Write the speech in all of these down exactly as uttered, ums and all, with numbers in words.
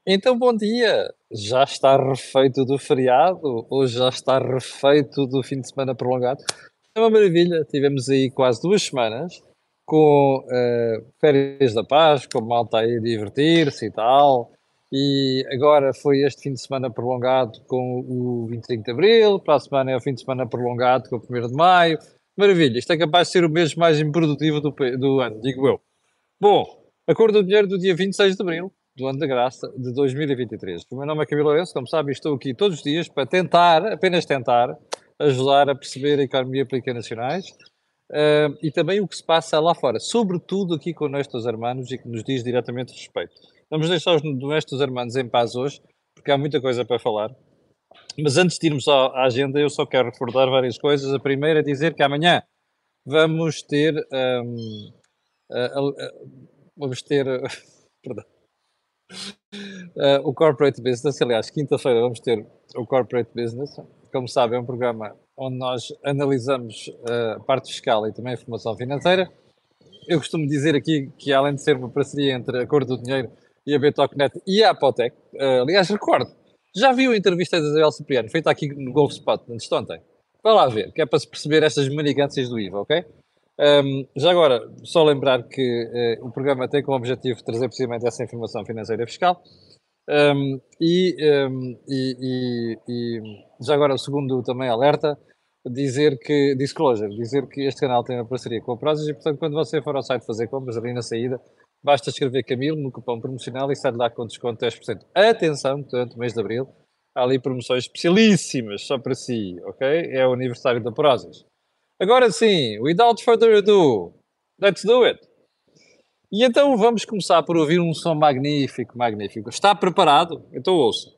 Então, bom dia. Já está refeito do feriado ou já está refeito do fim de semana prolongado? É uma maravilha. Tivemos aí quase duas semanas com eh, férias da Páscoa, malta aí a divertir-se e tal. E agora foi este fim de semana prolongado com o vinte e cinco de Abril, para a semana é o fim de semana prolongado com o primeiro de Maio. Maravilha. Isto é capaz de ser o mês mais improdutivo do, pa- do ano, digo eu. Bom, a cor do dinheiro do dia vinte e seis de abril do ano da graça de dois mil e vinte e três. O meu nome é Camilo Lourenço, como sabe, estou aqui todos os dias para tentar, apenas tentar, ajudar a perceber a economia política nacionais ah, e também o que se passa lá fora, sobretudo aqui com nestes hermanos e que nos diz diretamente respeito. Vamos deixar os nestes hermanos em paz hoje, porque há muita coisa para falar. Mas antes de irmos à à agenda, eu só quero recordar várias coisas. A primeira é dizer que amanhã vamos ter. ahm, a- a- a- vamos ter. Perdão. Uh, o Corporate Business, aliás, quinta-feira vamos ter o Corporate Business. Como sabem, é um programa onde nós analisamos uh, a parte fiscal e também a informação financeira. Eu costumo dizer aqui que, além de ser uma parceria entre a Cor do Dinheiro e a Betocnet e a Apotec, uh, aliás, recordo, já viu a entrevista da Isabel Cipriano, feita aqui no Golf Spot, antes de ontem? Vai lá ver, que é para se perceber estas manigâncias do I V A, ok? Um, já agora, só lembrar que uh, o programa tem como objetivo trazer precisamente essa informação financeira e fiscal. Um, e, um, e, e, e já agora, o segundo também alerta, dizer que, disclosure, dizer que este canal tem uma parceria com a Prozis e, portanto, quando você for ao site fazer compras, ali na saída, basta escrever Camilo no cupom promocional e sai de lá com desconto de dez por cento. Atenção, portanto, mês de Abril, há ali promoções especialíssimas só para si, ok? É o aniversário da Prozis. Agora sim, without further ado, let's do it! E então vamos começar por ouvir um som magnífico, magnífico. Está preparado? Então ouça.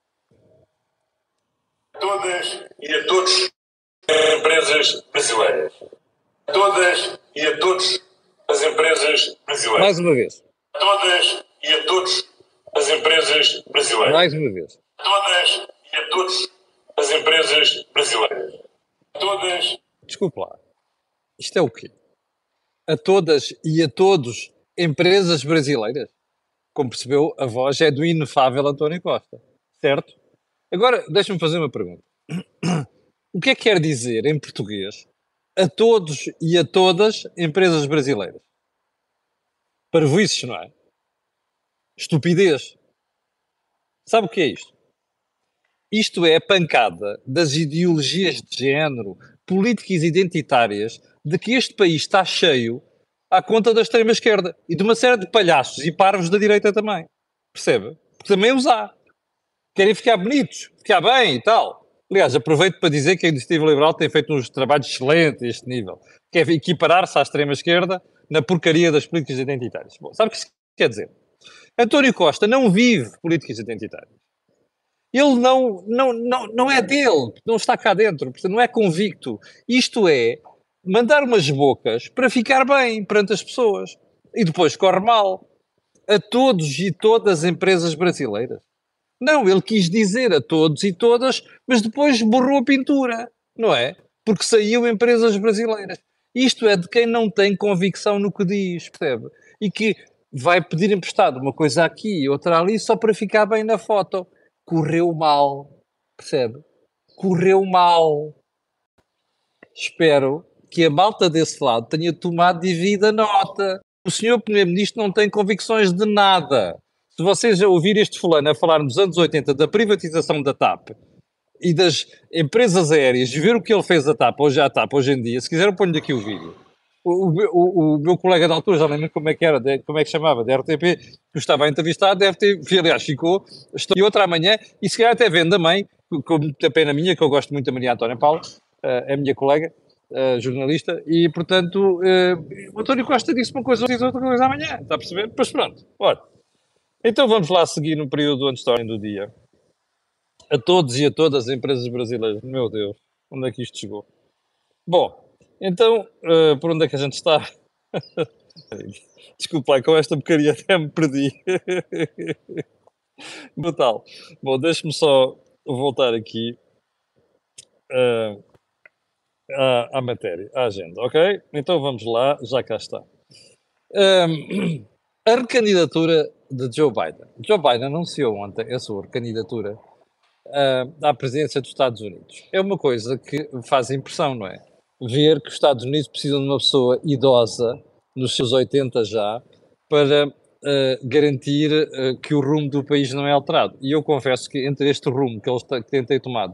Todas e a todos as empresas brasileiras. Todas e a todos as empresas brasileiras. Mais uma vez. Todas e a todos as empresas brasileiras. Mais uma vez. Todas e a todos as empresas brasileiras. Todas. Desculpe lá. Isto é o quê? A todas e a todos empresas brasileiras? Como percebeu, a voz é do inefável António Costa. Certo? Agora, deixa-me fazer uma pergunta. O que é que quer dizer, em português, a todos e a todas empresas brasileiras? Parvoíces, não é? Estupidez. Sabe o que é isto? Isto é a pancada das ideologias de género, políticas identitárias, de que este país está cheio à conta da extrema-esquerda e de uma série de palhaços e parvos da direita também. Percebe? Porque também os há. Querem ficar bonitos, ficar bem e tal. Aliás, aproveito para dizer que a Iniciativa Liberal tem feito uns trabalhos excelentes a este nível, que é equiparar-se à extrema-esquerda na porcaria das políticas identitárias. Bom, sabe o que isso quer dizer? António Costa não vive políticas identitárias. Ele não, não, não, não é dele, não está cá dentro, portanto não é convicto. Isto é mandar umas bocas para ficar bem perante as pessoas. E depois corre mal. A todos e todas as empresas brasileiras. Não, ele quis dizer a todos e todas, mas depois borrou a pintura, não é? Porque saiu empresas brasileiras. Isto é de quem não tem convicção no que diz, percebe? E que vai pedir emprestado uma coisa aqui e outra ali só para ficar bem na foto. Correu mal, percebe? Correu mal. Espero que a malta desse lado tenha tomado devida nota. O senhor Primeiro-Ministro não tem convicções de nada. Se vocês já ouvirem este fulano a falar nos anos oitenta da privatização da TAP e das empresas aéreas, ver o que ele fez à TAP, hoje à TAP, hoje em dia, se quiser eu ponho-lhe aqui o vídeo. O, o, o, o meu colega da altura, já nem lembro como é que era, de, como é que chamava, da R T P, que estava a entrevistar, deve ter, aliás, ficou, estou e outra amanhã, e se calhar até vendo a mãe, com muita pena minha, que eu gosto muito da Maria Antónia Paula, uh, é a minha colega, uh, jornalista, e portanto, uh, o António Costa disse uma coisa, disse outra coisa amanhã, está a perceber? Pois pronto, olha. Então vamos lá seguir no período antes da ordem do dia. A todos e a todas as empresas brasileiras, meu Deus, onde é que isto chegou? Bom, então, uh, por onde é que a gente está? Desculpa lá, com esta porcaria até me perdi. Brutal. Bom, deixe-me só voltar aqui uh, à, à matéria, à agenda, ok? Então vamos lá, já cá está. Um, a recandidatura de Joe Biden. Joe Biden anunciou ontem a sua candidatura uh, à presidência dos Estados Unidos. É uma coisa que faz impressão, não é? Ver que os Estados Unidos precisam de uma pessoa idosa, nos seus oitenta já, para uh, garantir uh, que o rumo do país não é alterado. E eu confesso que entre este rumo que eles que têm tomado,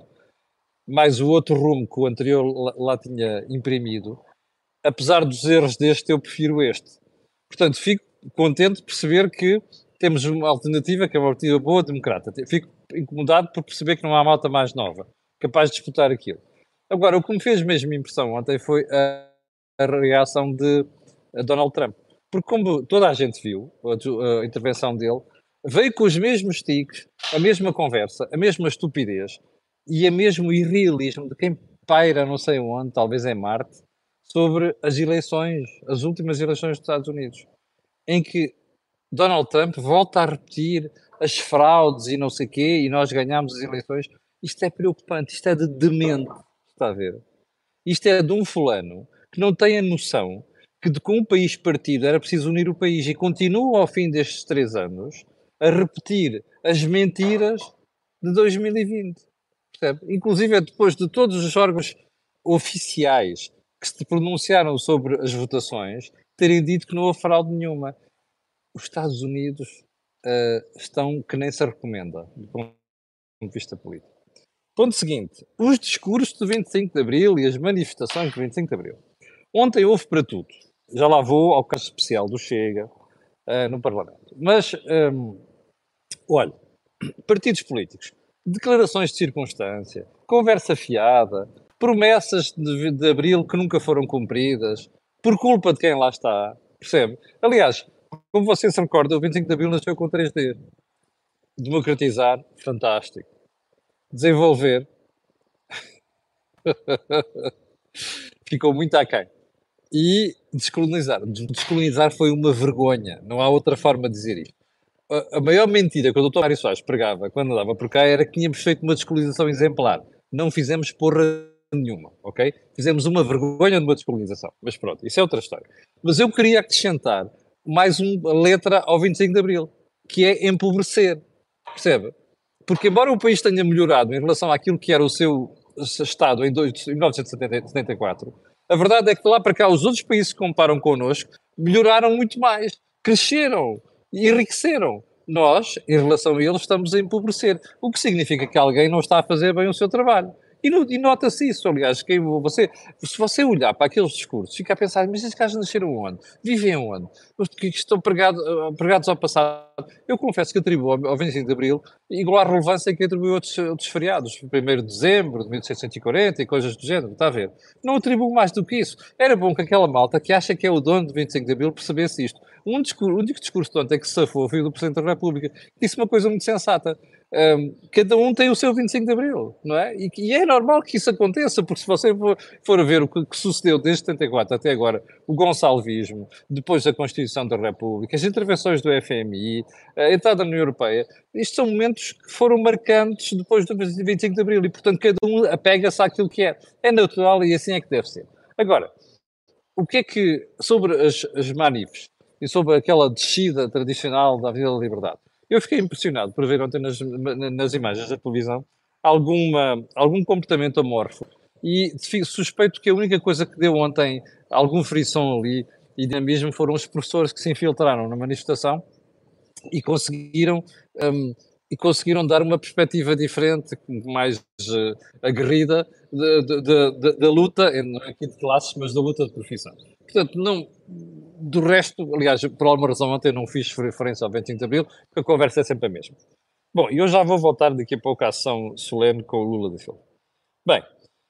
mais o outro rumo que o anterior lá, lá tinha imprimido, apesar dos erros deste, eu prefiro este. Portanto, fico contente de perceber que temos uma alternativa que é uma alternativa boa, democrata. Fico incomodado por perceber que não há malta mais nova capaz de disputar aquilo. Agora, o que me fez mesmo impressão ontem foi a, a reação de Donald Trump. Porque como toda a gente viu a, a intervenção dele, veio com os mesmos tiques, a mesma conversa, a mesma estupidez e o mesmo irrealismo de quem paira não sei onde, talvez em Marte, sobre as eleições, as últimas eleições dos Estados Unidos, em que Donald Trump volta a repetir as fraudes e não sei quê, e nós ganhamos as eleições. Isto é preocupante, isto é de demente, está a ver? Isto é de um fulano que não tem a noção que de com um país partido era preciso unir o país e continua ao fim destes três anos a repetir as mentiras de dois mil e vinte, percebe? Inclusive depois de todos os órgãos oficiais que se pronunciaram sobre as votações terem dito que não houve fraude nenhuma. Os Estados Unidos uh, estão que nem se recomenda do ponto de vista político. Ponto seguinte, os discursos do vinte e cinco de Abril e as manifestações do vinte e cinco de Abril. Ontem houve para tudo. Já lá vou ao caso especial do Chega uh, no Parlamento. Mas, um, olha, partidos políticos, declarações de circunstância, conversa fiada, promessas de, de Abril que nunca foram cumpridas, por culpa de quem lá está, percebe? Aliás, como você se recorda, o vinte e cinco de Abril nasceu com três D. Democratizar, fantástico. Desenvolver, ficou muito aquém. E descolonizar. Descolonizar foi uma vergonha. Não há outra forma de dizer isto. A, a maior mentira que o doutor Mário Soares pregava quando andava por cá era que tínhamos feito uma descolonização exemplar. Não fizemos porra nenhuma, ok? Fizemos uma vergonha de uma descolonização. Mas pronto, isso é outra história. Mas eu queria acrescentar mais uma letra ao vinte e cinco de Abril, que é empobrecer, percebe? Porque embora o país tenha melhorado em relação àquilo que era o seu Estado em mil novecentos e setenta e quatro, a verdade é que de lá para cá os outros países que comparam connosco melhoraram muito mais, cresceram e enriqueceram. Nós, em relação a eles, estamos a empobrecer, o que significa que alguém não está a fazer bem o seu trabalho. E, e nota-se isso, aliás, que você, se você olhar para aqueles discursos, fica a pensar, mas esses caras nasceram onde? Vivem onde? Que estão pregados, pregados ao passado. Eu confesso que atribuo ao vinte e cinco de Abril igual à relevância que atribuo a outros, outros feriados, primeiro de dezembro de mil seiscentos e quarenta e coisas do género, está a ver? Não atribuo mais do que isso. Era bom que aquela malta que acha que é o dono de vinte e cinco de Abril percebesse isto. Um discurso, o único discurso de ontem que se safou foi o do Presidente da República, que disse uma coisa muito sensata. Um, cada um tem o seu vinte e cinco de Abril, não é? E, e é normal que isso aconteça, porque se você for, for a ver o que, que sucedeu desde setenta e quatro até agora, o gonçalvismo, depois da Constituição da República, as intervenções do F M I, a entrada na União Europeia, isto são momentos que foram marcantes depois do vinte e cinco de Abril e, portanto, cada um apega-se àquilo que é. É natural e assim é que deve ser. Agora, o que é que, sobre as, as manifes e sobre aquela descida tradicional da Avenida da Liberdade, eu fiquei impressionado por ver ontem nas, nas imagens da televisão alguma, algum comportamento amorfo e suspeito que a única coisa que deu ontem algum frição ali e dinamismo foram os professores que se infiltraram na manifestação e conseguiram, um, e conseguiram dar uma perspectiva diferente, mais uh, aguerrida da luta, não é aqui de classes, mas da luta de profissão. Portanto, não... Do resto, aliás, por alguma razão ontem não fiz referência ao vinte e cinco de Abril, porque a conversa é sempre a mesma. Bom, e eu já vou voltar daqui a pouco à ação solene com o Lula da Silva. Bem,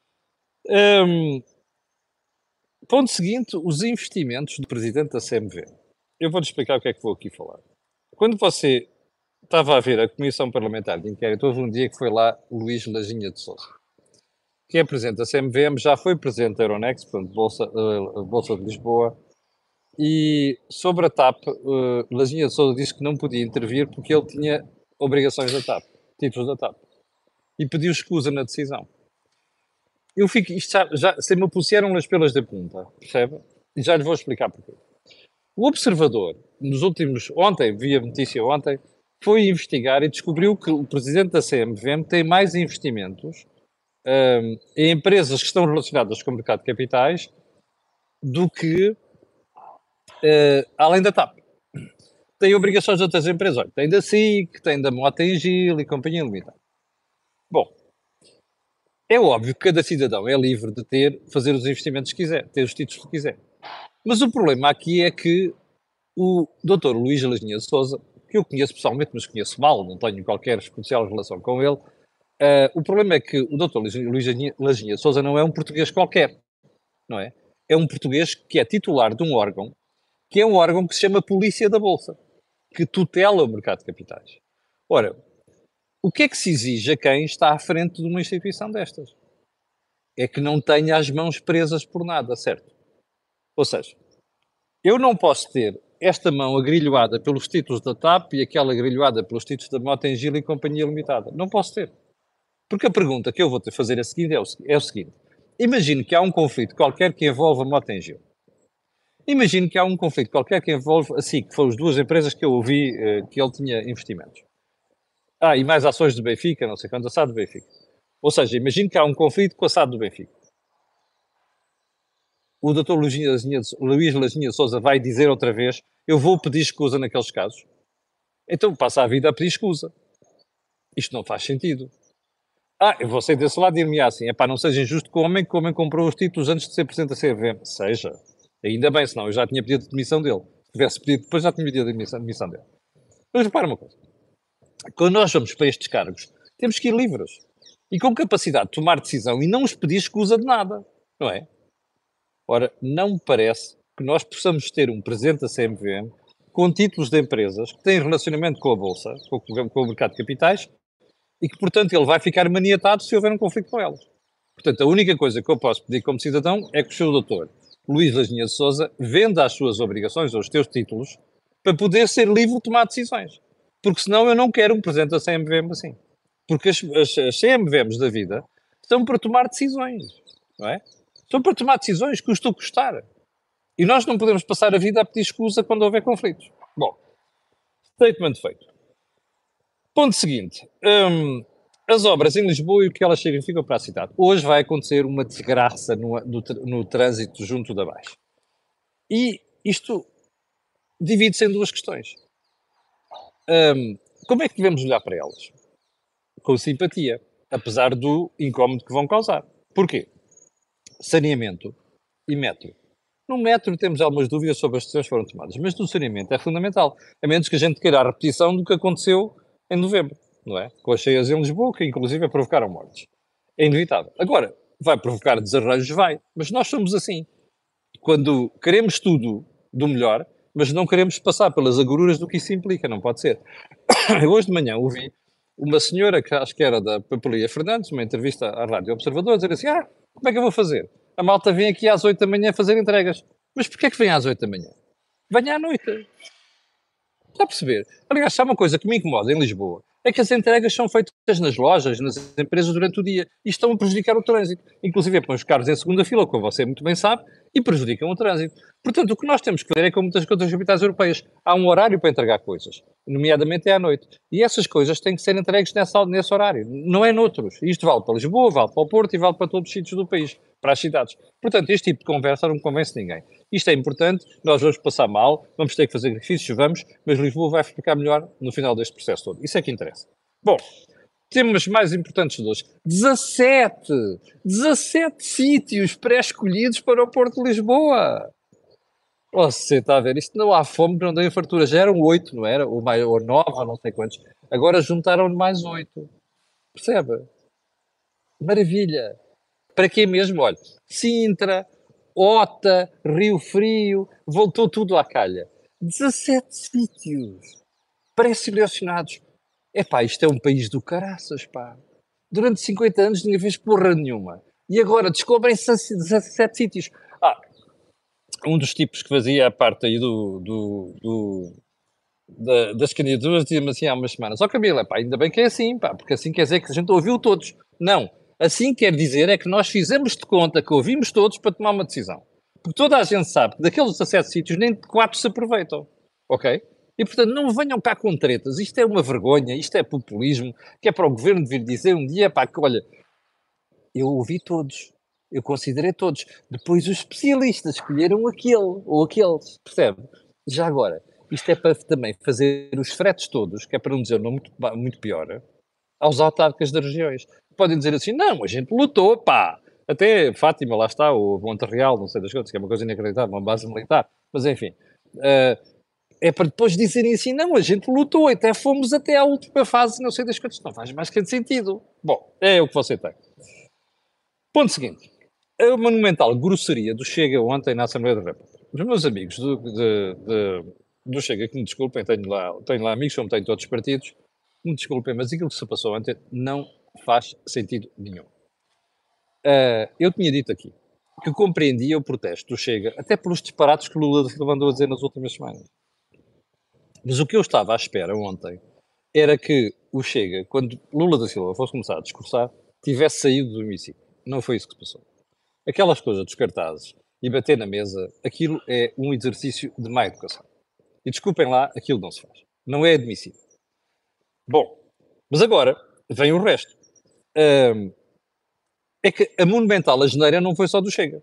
um, ponto seguinte, os investimentos do presidente da C M V. Eu vou-te explicar o que é que vou aqui falar. Quando você estava a ver a Comissão Parlamentar de Inquérito, houve um dia que foi lá Luís Lajinha de Sousa, que é presidente da C M V M, já foi presidente da Euronext, portanto, Bolsa, uh, Bolsa de Lisboa. E sobre a TAP, uh, Lajinha de Sousa disse que não podia intervir porque ele tinha obrigações da TAP, títulos da TAP, e pediu escusa na decisão. Eu fico, isto já, já se me puseram as pelas da punta, percebe? E já lhe vou explicar porquê. O Observador, nos últimos, ontem, vi a notícia ontem, foi investigar e descobriu que o presidente da C M V M tem mais investimentos um, em empresas que estão relacionadas com o mercado de capitais do que uh, além da T A P. Tem obrigações de outras empresas. Olha, tem da S I C, tem da Mota-Engil e Companhia Limitada. Bom, é óbvio que cada cidadão é livre de ter, fazer os investimentos que quiser, ter os títulos que quiser. Mas o problema aqui é que o doutor Luís Lasninha de Sousa, que eu conheço pessoalmente, mas conheço mal, não tenho qualquer especial relação com ele, uh, o problema é que o doutor Luís Lasninha de Sousa não é um português qualquer, não é? É um português que é titular de um órgão, que é um órgão que se chama Polícia da Bolsa, que tutela o mercado de capitais. Ora, o que é que se exige a quem está à frente de uma instituição destas? É que não tenha as mãos presas por nada, certo? Ou seja, eu não posso ter esta mão agrilhoada pelos títulos da T A P e aquela agrilhoada pelos títulos da Mota-Engil e Companhia Limitada. Não posso ter. Porque a pergunta que eu vou ter de fazer a seguir é o, é o seguinte. Imagine que há um conflito qualquer que envolva a Mota-Engil. Imagine que há um conflito qualquer que envolve a S I C, que foram as duas empresas que eu ouvi eh, que ele tinha investimentos. Ah, e mais ações do Benfica, não sei quanto, a S A D do Benfica. Ou seja, imagine que há um conflito com a S A D do Benfica. O doutor Luís Lasninha de Sousa vai dizer outra vez, eu vou pedir escusa naqueles casos. Então passa a vida a pedir escusa. Isto não faz sentido. Ah, eu vou sair desse lado e dir-me assim, é pá, não seja injusto com o homem, que o homem comprou os títulos antes de ser presidente da C M V M. Seja. Ainda bem, senão eu já tinha pedido a demissão dele. Se tivesse pedido depois, já tinha pedido a demissão, a demissão dele. Mas repara uma coisa. Quando nós vamos para estes cargos, temos que ir livres. E com capacidade de tomar decisão e não os pedir escusa de nada. Não é? Ora, não me parece que nós possamos ter um presidente da C M V M com títulos de empresas que têm relacionamento com a Bolsa, com, com o mercado de capitais, e que, portanto, ele vai ficar maniatado se houver um conflito com elas. Portanto, a única coisa que eu posso pedir como cidadão é que o seu doutor Luís Lasninha de Sousa venda as suas obrigações ou os teus títulos para poder ser livre de tomar decisões. Porque senão eu não quero um presidente da C M V M assim. Porque as, as, as C M V Ms da vida estão para tomar decisões, não é? Estão para tomar decisões, custa o custar. E nós não podemos passar a vida a pedir escusa quando houver conflitos. Bom, statement feito. Ponto seguinte. Hum, as obras em Lisboa e o que elas significam para a cidade. Hoje vai acontecer uma desgraça no, no, no trânsito junto da Baixa. E isto divide-se em duas questões. Hum, como é que devemos olhar para elas? Com simpatia, apesar do incómodo que vão causar. Porquê? Saneamento e metro. No metro temos algumas dúvidas sobre as decisões que foram tomadas, mas no saneamento é fundamental, a menos que a gente queira a repetição do que aconteceu em novembro, não é? Com as cheias em Lisboa, que inclusive provocaram mortes. É inevitável. Agora, vai provocar desarranjos? Vai. Mas nós somos assim. Quando queremos tudo do melhor, mas não queremos passar pelas agruras do que isso implica, não pode ser. Eu hoje de manhã ouvi uma senhora, que acho que era da Papelia Fernandes, uma entrevista à Rádio Observador, dizer assim, ah, como é que eu vou fazer? A malta vem aqui às oito da manhã fazer entregas. Mas porquê é que vem às oito da manhã? Venha à noite. Está a perceber? Aliás, se há uma coisa que me incomoda em Lisboa, é que as entregas são feitas nas lojas, nas empresas durante o dia e estão a prejudicar o trânsito. Inclusive põem os carros em segunda fila, como você muito bem sabe, e prejudicam o trânsito. Portanto, o que nós temos que fazer é como muitas outras capitais europeias. Há um horário para entregar coisas, nomeadamente é à noite. E essas coisas têm que ser entregues nessa, nesse horário, não é noutros. Isto vale para Lisboa, vale para o Porto e vale para todos os sítios do país, para as cidades. Portanto, este tipo de conversa não convence ninguém. Isto é importante, nós vamos passar mal, vamos ter que fazer sacrifícios, vamos, mas Lisboa vai ficar melhor no final deste processo todo. Isso é que interessa. Bom, temas mais importantes de hoje. dezassete! dezassete sítios pré-escolhidos para o Porto de Lisboa! Você está a ver, isto não há fome, não deu fartura. Já eram oito, não era? Ou, mais, ou nove, ou não sei quantos. Agora juntaram mais oito. Percebe? Maravilha! Para quê mesmo? Olha, Sintra, Ota, Rio Frio, voltou tudo à calha. dezassete sítios pré-selecionados. Epá, isto é um país do caraças, pá. Durante cinquenta anos ninguém fez porra nenhuma. E agora descobrem-se dezassete sítios. Ah, um dos tipos que fazia a parte aí do, do, do, da, das candidaturas dizia-me assim há umas semanas, ó oh, Camila, pá, ainda bem que é assim, pá, porque assim quer dizer que a gente ouviu todos. Não, assim quer dizer é que nós fizemos de conta que ouvimos todos para tomar uma decisão. Porque toda a gente sabe que daqueles dezassete sítios nem quatro se aproveitam, ok? E, portanto, não venham cá com tretas. Isto é uma vergonha, isto é populismo, que é para o governo vir dizer um dia, pá, que olha, eu ouvi todos, eu considerei todos. Depois os especialistas escolheram aquele ou aqueles, percebe? Já agora, isto é para também fazer os fretes todos, que é para não dizer não muito, ba- muito pior, aos autárquicas das regiões. Podem dizer assim, não, a gente lutou, pá. Até Fátima, lá está, o Monte Real, não sei das coisas, que é uma coisa inacreditável, uma base militar. Mas enfim, eh, é para depois dizerem assim, não, a gente lutou, até fomos até à última fase, não sei das coisas. Não faz mais que sentido. Bom, é o que você tem. Ponto seguinte. A monumental grosseria do Chega ontem na Assembleia da República. Os meus amigos do, de- de- do Chega, que me desculpem, tenho lá, tenho lá amigos, como tenho todos os partidos, me desculpem, mas aquilo que se passou ontem não faz sentido nenhum. Ah, eu tinha dito aqui que compreendia o protesto do Chega, até pelos disparates que o Lula andou a dizer nas últimas semanas. Mas o que eu estava à espera ontem era que o Chega, quando Lula da Silva fosse começar a discursar, tivesse saído do hemiciclo. Não foi isso que se passou. Aquelas coisas dos cartazes e bater na mesa, aquilo é um exercício de má educação. E desculpem lá, aquilo não se faz. Não é admissível. Bom, mas agora vem o resto. Ahm, é que a monumental asneira não foi só do Chega.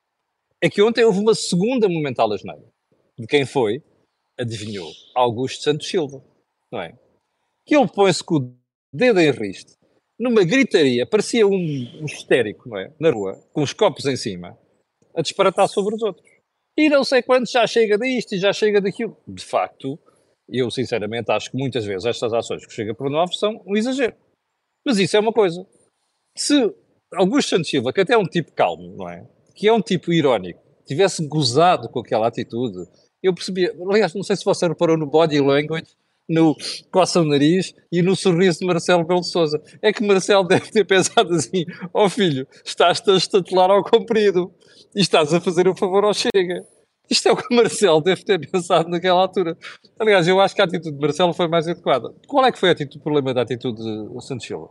É que ontem houve uma segunda monumental asneira. De quem foi? Adivinhou? Augusto Santos Silva. Não é? Que ele põe-se com o dedo em riste, numa gritaria, parecia um, um histérico, não é? Na rua, com os copos em cima, a disparatar sobre os outros. E não sei quantos já chega disto e já chega daquilo. De facto, eu sinceramente acho que muitas vezes estas ações que chega por nós são um exagero. Mas isso é uma coisa. Se Augusto Santos Silva, que até é um tipo calmo, não é? Que é um tipo irónico, tivesse gozado com aquela atitude, eu percebia. Aliás, não sei se você reparou no body language, no coça o nariz e no sorriso de Marcelo Rebelo de Sousa. É que Marcelo deve ter pensado assim: ó filho, estás-te a estatelar ao comprido e estás a fazer um favor ao Chega. Isto é o que o Marcelo deve ter pensado naquela altura. Aliás, eu acho que a atitude de Marcelo foi mais adequada. Qual é que foi a atitude, o problema da atitude de Santos Silva?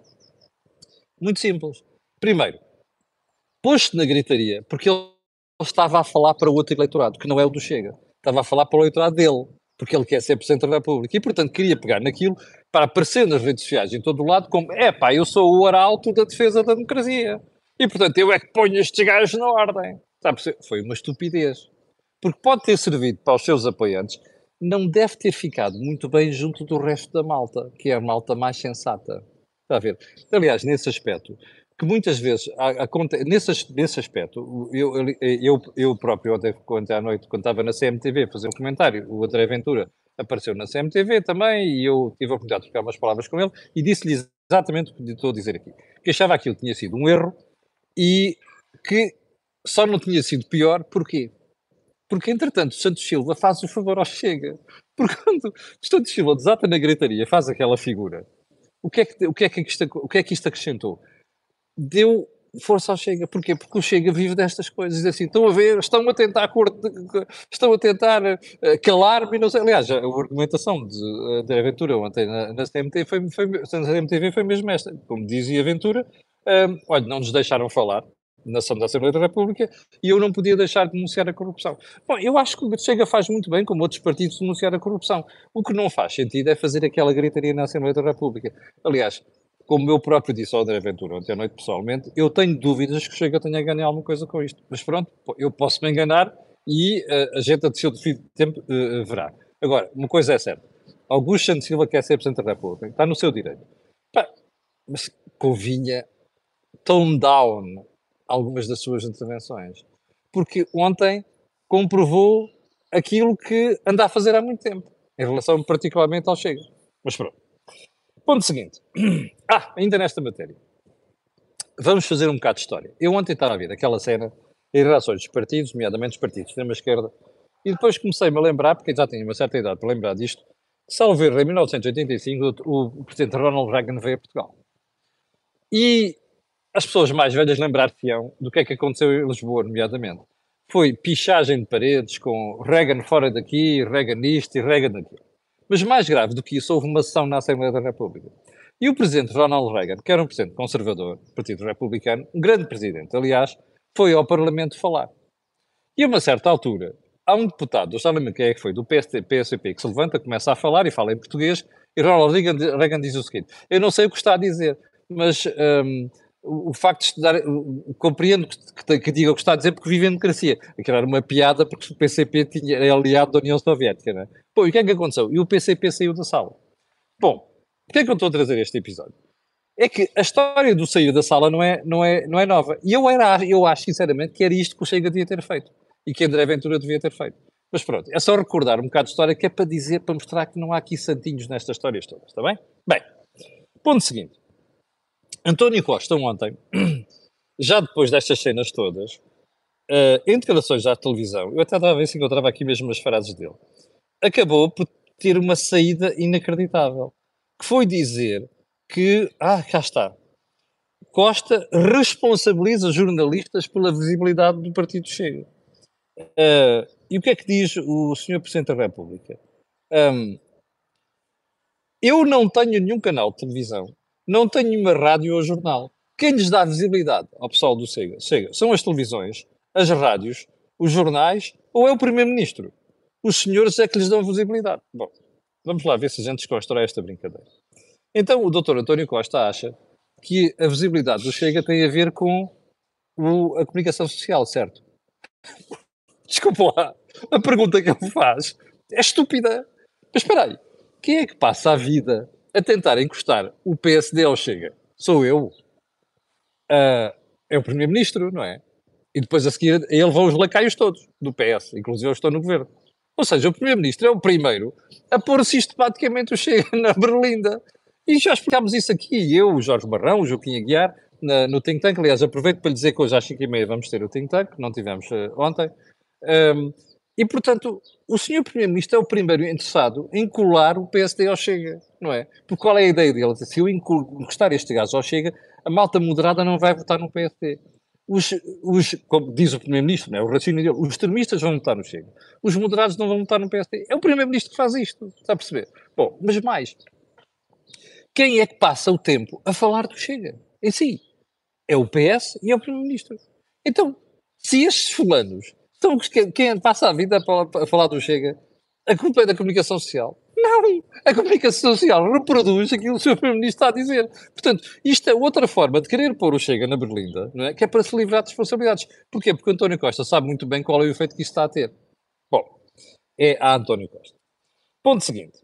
Muito simples. Primeiro, pôs-se na gritaria porque ele estava a falar para outro eleitorado, que não é o do Chega. Estava a falar para o eleitorado dele, porque ele quer ser Presidente da República. E, portanto, queria pegar naquilo para aparecer nas redes sociais em todo o lado como, é pá, eu sou o arauto da defesa da democracia. E, portanto, eu é que ponho estes gajos na ordem. Sabe, foi uma estupidez. Porque pode ter servido para os seus apoiantes, não deve ter ficado muito bem junto do resto da malta, que é a malta mais sensata. Está a ver? Aliás, nesse aspecto, que muitas vezes, há- há- nesse, nesse aspecto, eu, eu, eu próprio, ontem, ontem à noite, quando estava na C M T V a fazer um comentário, o André Ventura apareceu na C M T V também, e eu tive a oportunidade de trocar umas palavras com ele, e disse-lhe exatamente o que estou a dizer aqui. Que achava que aquilo tinha sido um erro, e que só não tinha sido pior, porquê? Porque, entretanto, Santos Silva faz o favor ao Chega. Porque quando Santos Silva desata na gritaria, faz aquela figura, o que é que, o que, é que, isto, o que é que isto acrescentou? Deu força ao Chega. Porquê? Porque o Chega vive destas coisas. Diz assim, estão a ver, estão a tentar, estão a tentar uh, calar-me, não sei. Aliás, a argumentação de, uh, de Aventura ontem na, na C M T foi, foi, na C M T V foi mesmo esta. Como dizia Aventura, um, olha, não nos deixaram falar na Ação da Assembleia da República e eu não podia deixar de denunciar a corrupção. Bom, eu acho que o Chega faz muito bem, como outros partidos, denunciar a corrupção. O que não faz sentido é fazer aquela gritaria na Assembleia da República. Aliás, como eu próprio disse ao André Ventura ontem à noite pessoalmente, eu tenho dúvidas que o Chega tenha a ganhar alguma coisa com isto. Mas pronto, eu posso me enganar e uh, a gente a seu devido tempo uh, verá. Agora, uma coisa é certa. Augusto Santos Silva quer ser Presidente da República. Está no seu direito. Pá, mas convinha tone down algumas das suas intervenções. Porque ontem comprovou aquilo que anda a fazer há muito tempo, em relação particularmente ao Chega. Mas pronto. Ponto seguinte. Ah, ainda nesta matéria. Vamos fazer um bocado de história. Eu ontem estava a ver aquela cena em relações dos partidos, nomeadamente dos partidos de extrema-esquerda, e depois comecei-me a lembrar, porque já tinha uma certa idade para lembrar disto, salvo erro, em mil novecentos e oitenta e cinco, o, o presidente Ronald Reagan veio a Portugal. E as pessoas mais velhas lembrar-se-ão do que é que aconteceu em Lisboa, nomeadamente. Foi pichagem de paredes com Reagan fora daqui, Reagan isto e Reagan daquilo. Mas mais grave do que isso, houve uma sessão na Assembleia da República. E o presidente Ronald Reagan, que era um presidente conservador, Partido Republicano, um grande presidente, aliás, foi ao Parlamento falar. E a uma certa altura, há um deputado, eu já lembro quem é que foi, do P S T, P S P, que se levanta, começa a falar e fala em português, e Ronald Reagan, Reagan diz o seguinte: eu não sei o que está a dizer, mas hum, o, o facto de estudar, o- o- compreendo que, que, que diga o que está a dizer porque vive em democracia. Aquilo era uma piada porque o P C P tinha, era aliado da União Soviética, não é? Bom, e o que é que aconteceu? E o P C P saiu da sala. Bom, porquê é que eu estou a trazer este episódio? É que a história do sair da sala não é, não é, não é nova. E eu, era, eu acho, sinceramente, que era isto que o Chega devia ter feito. E que André Ventura devia ter feito. Mas pronto, é só recordar um bocado de história que é para dizer, para mostrar que não há aqui santinhos nestas histórias todas, está bem? Bem, ponto seguinte. António Costa ontem, já depois destas cenas todas, uh, em declarações à televisão, eu até estava a ver se encontrava aqui mesmo as frases dele, acabou por ter uma saída inacreditável, que foi dizer que, ah, cá está, Costa responsabiliza jornalistas pela visibilidade do Partido Chega. Uh, e o que é que diz o senhor Presidente da República? Um, eu não tenho nenhum canal de televisão, não tenho nenhuma rádio ou jornal. Quem lhes dá visibilidade ao pessoal do Chega, Chega são as televisões, as rádios, os jornais ou é o Primeiro-Ministro? Os senhores é que lhes dão visibilidade. Bom, vamos lá ver se a gente desconstrói esta brincadeira. Então o doutor António Costa acha que a visibilidade do Chega tem a ver com o, a comunicação social, certo? Desculpa lá, a pergunta que ele faz é estúpida. Mas espera aí, quem é que passa a vida a tentar encostar o P S D ao Chega? Sou eu. Ah, é o Primeiro-Ministro, não é? E depois a seguir a ele vão os lacaios todos do P S, inclusive eu estou no governo. Ou seja, o Primeiro-Ministro é o primeiro a pôr sistematicamente o Chega na berlinda. E já explicámos isso aqui, eu, o Jorge Barrão, o Joaquim Aguiar, na, no Think Tank. Aliás, aproveito para lhe dizer que hoje às cinco e meia vamos ter o Think Tank, não tivemos uh, ontem. Um, e, portanto, o senhor Primeiro-Ministro é o primeiro interessado em colar o P S D ao Chega, não é? Porque qual é a ideia dele? Se eu encostar este gajo ao Chega, a malta moderada não vai votar no P S D. Os, os, como diz o Primeiro-Ministro, não é? O raciocínio dele, os extremistas vão votar no Chega. Os moderados não vão votar no P S D. É o Primeiro-Ministro que faz isto, está a perceber? Bom, mas mais, quem é que passa o tempo a falar do Chega? Em si, é o P S e é o Primeiro-Ministro. Então, se estes fulanos são os que, quem passa a vida a, a falar do Chega, a culpa é da comunicação social? Não! A comunicação social reproduz aquilo que o senhor Primeiro-Ministro está a dizer. Portanto, isto é outra forma de querer pôr o Chega na berlinda, não é? Que é para se livrar de responsabilidades. Porquê? Porque o António Costa sabe muito bem qual é o efeito que isso está a ter. Bom, é a António Costa. Ponto seguinte.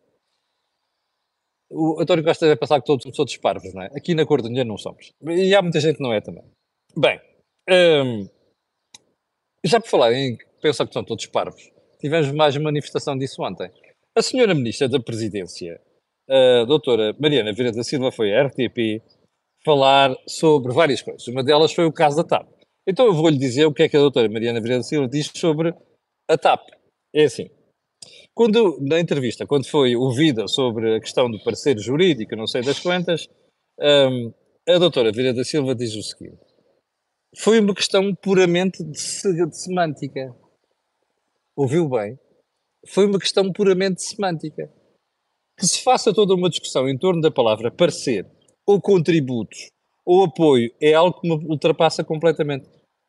O António Costa deve pensar que todos somos todos parvos, não é? Aqui na Cor do Dinheiro não somos. E há muita gente que não é também. Bem, hum, já por falar em pensar que são todos parvos, tivemos mais uma manifestação disso ontem. A senhora Ministra da Presidência, a doutora Mariana Vieira da Silva, foi à R T P falar sobre várias coisas. Uma delas foi o caso da TAP. Então eu vou-lhe dizer o que é que a doutora Mariana Vieira da Silva diz sobre a TAP. É assim, quando, na entrevista, quando foi ouvida sobre a questão do parecer jurídico, não sei das quantas, hum, a doutora Vieira da Silva diz o seguinte: foi uma questão puramente de, se- de semântica. Ouviu bem? Foi uma questão puramente semântica. Que se faça toda uma discussão em torno da palavra parecer, ou contributos, ou apoio, é algo que me ultrapassa completamente.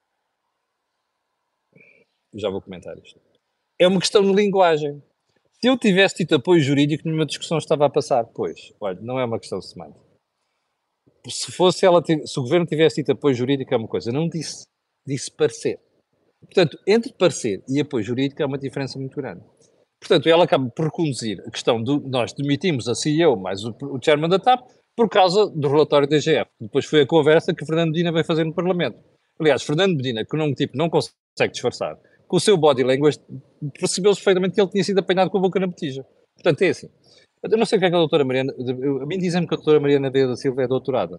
Já vou comentar isto. É uma questão de linguagem. Se eu tivesse tido apoio jurídico, nenhuma discussão estava a passar. Pois, olha, não é uma questão semântica. Se fosse ela, se o governo tivesse tido apoio jurídico, é uma coisa. Não disse. Disse parecer. Portanto, entre parecer e apoio jurídico há uma diferença muito grande. Portanto, ela acaba por reconduzir a questão de nós demitimos a C E O mais o, o chairman da TAP por causa do relatório da I G F. Depois foi a conversa que Fernando Medina veio fazer no Parlamento. Aliás, Fernando Medina, que não, tipo, não consegue disfarçar, com o seu body language, percebeu-se perfeitamente que ele tinha sido apanhado com a boca na botija. Portanto, é assim. Eu não sei o que é que a doutora Mariana... A mim dizem-me que a doutora Mariana Vieira da Silva é doutorada.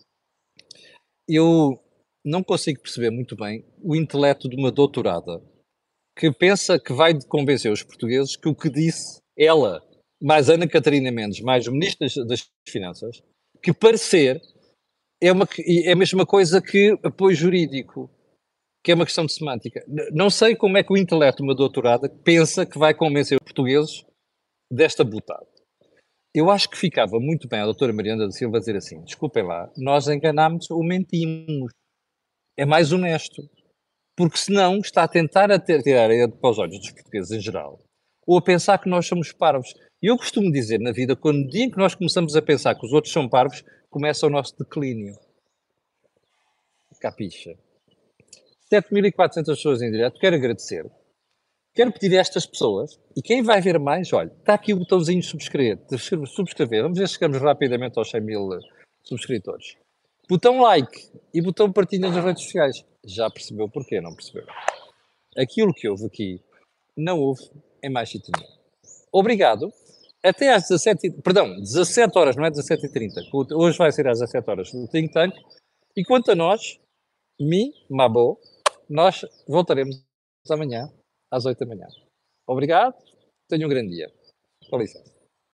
Eu não consigo perceber muito bem o intelecto de uma doutorada que pensa que vai convencer os portugueses que o que disse ela, mais Ana Catarina Mendes, mais o Ministro das, das Finanças, que parecer é, uma, é a mesma coisa que apoio jurídico, que é uma questão de semântica. Não sei como é que o intelecto de uma doutorada pensa que vai convencer os portugueses desta botada. Eu acho que ficava muito bem a doutora Mariana da Silva dizer assim: desculpem lá, nós enganámos ou mentimos. É mais honesto. porque senão está a tentar a ter, tirar a para os olhos dos portugueses em geral, ou a pensar que nós somos parvos. E eu costumo dizer na vida, quando no dia em que nós começamos a pensar que os outros são parvos, começa o nosso declínio. Capixa. sete mil e quatrocentas pessoas em direto, quero agradecer. Quero pedir a estas pessoas, e quem vai ver mais, olha, está aqui o botãozinho de subscrever, de subscrever. Vamos ver se chegamos rapidamente aos cem mil subscritores. Botão like e botão partilha nas redes sociais. Já percebeu porquê? Não percebeu? Aquilo que houve aqui, não houve em mais sítio nenhum. Obrigado. Até às dezassete, perdão, dezassete horas, não é dezassete e trinta. Hoje vai ser às dezassete horas no Think Tank. E quanto a nós, mi, mabo, nós voltaremos amanhã às oito da manhã. Obrigado. Tenha um grande dia. Com licença.